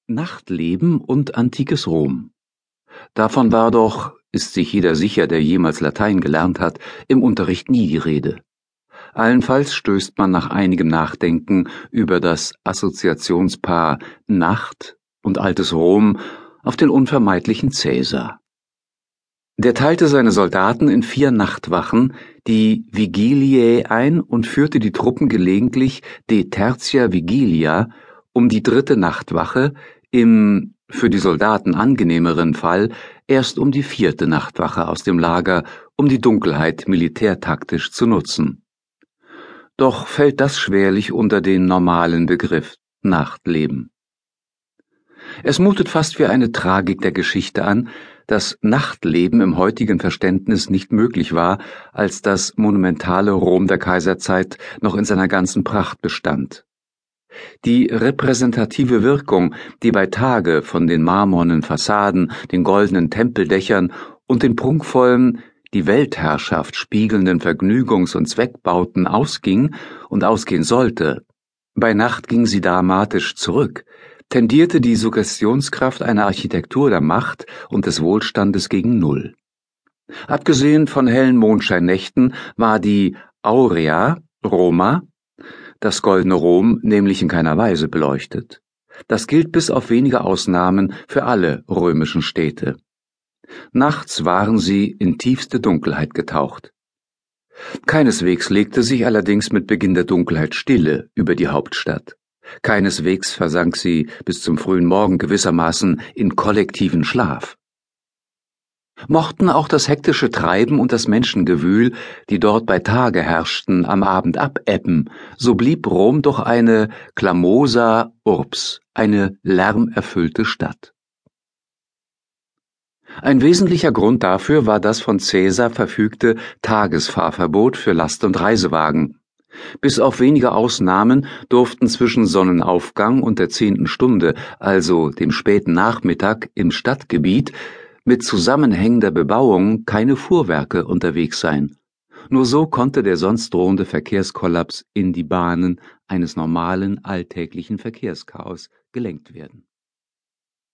Nachtleben und antikes Rom. Davon war doch, ist sich jeder sicher, der jemals Latein gelernt hat, im Unterricht nie die Rede. Allenfalls stößt man nach einigem Nachdenken über das Assoziationspaar Nacht und altes Rom auf den unvermeidlichen Caesar. Der teilte seine Soldaten in 4 Nachtwachen, die Vigiliae, ein und führte die Truppen gelegentlich de tertia vigilia, um die 3. Nachtwache, im für die Soldaten angenehmeren Fall erst um die 4. Nachtwache aus dem Lager, um die Dunkelheit militärtaktisch zu nutzen. Doch fällt das schwerlich unter den normalen Begriff Nachtleben. Es mutet fast wie eine Tragik der Geschichte an, dass Nachtleben im heutigen Verständnis nicht möglich war, als das monumentale Rom der Kaiserzeit noch in seiner ganzen Pracht bestand. Die repräsentative Wirkung, die bei Tage von den marmornen Fassaden, den goldenen Tempeldächern und den prunkvollen, die Weltherrschaft spiegelnden Vergnügungs- und Zweckbauten ausging und ausgehen sollte, bei Nacht ging sie dramatisch zurück, tendierte die Suggestionskraft einer Architektur der Macht und des Wohlstandes gegen Null. Abgesehen von hellen Mondscheinnächten war die Aurea Roma, das goldene Rom, nämlich in keiner Weise beleuchtet. Das gilt bis auf wenige Ausnahmen für alle römischen Städte. Nachts waren sie in tiefste Dunkelheit getaucht. Keineswegs legte sich allerdings mit Beginn der Dunkelheit Stille über die Hauptstadt. Keineswegs versank sie bis zum frühen Morgen gewissermaßen in kollektiven Schlaf. Mochten auch das hektische Treiben und das Menschengewühl, die dort bei Tage herrschten, am Abend abebben, so blieb Rom doch eine clamosa urbs, eine lärmerfüllte Stadt. Ein wesentlicher Grund dafür war das von Caesar verfügte Tagesfahrverbot für Last- und Reisewagen. Bis auf wenige Ausnahmen durften zwischen Sonnenaufgang und der 10. Stunde, also dem späten Nachmittag, im Stadtgebiet mit zusammenhängender Bebauung keine Fuhrwerke unterwegs sein. Nur so konnte der sonst drohende Verkehrskollaps in die Bahnen eines normalen alltäglichen Verkehrschaos gelenkt werden.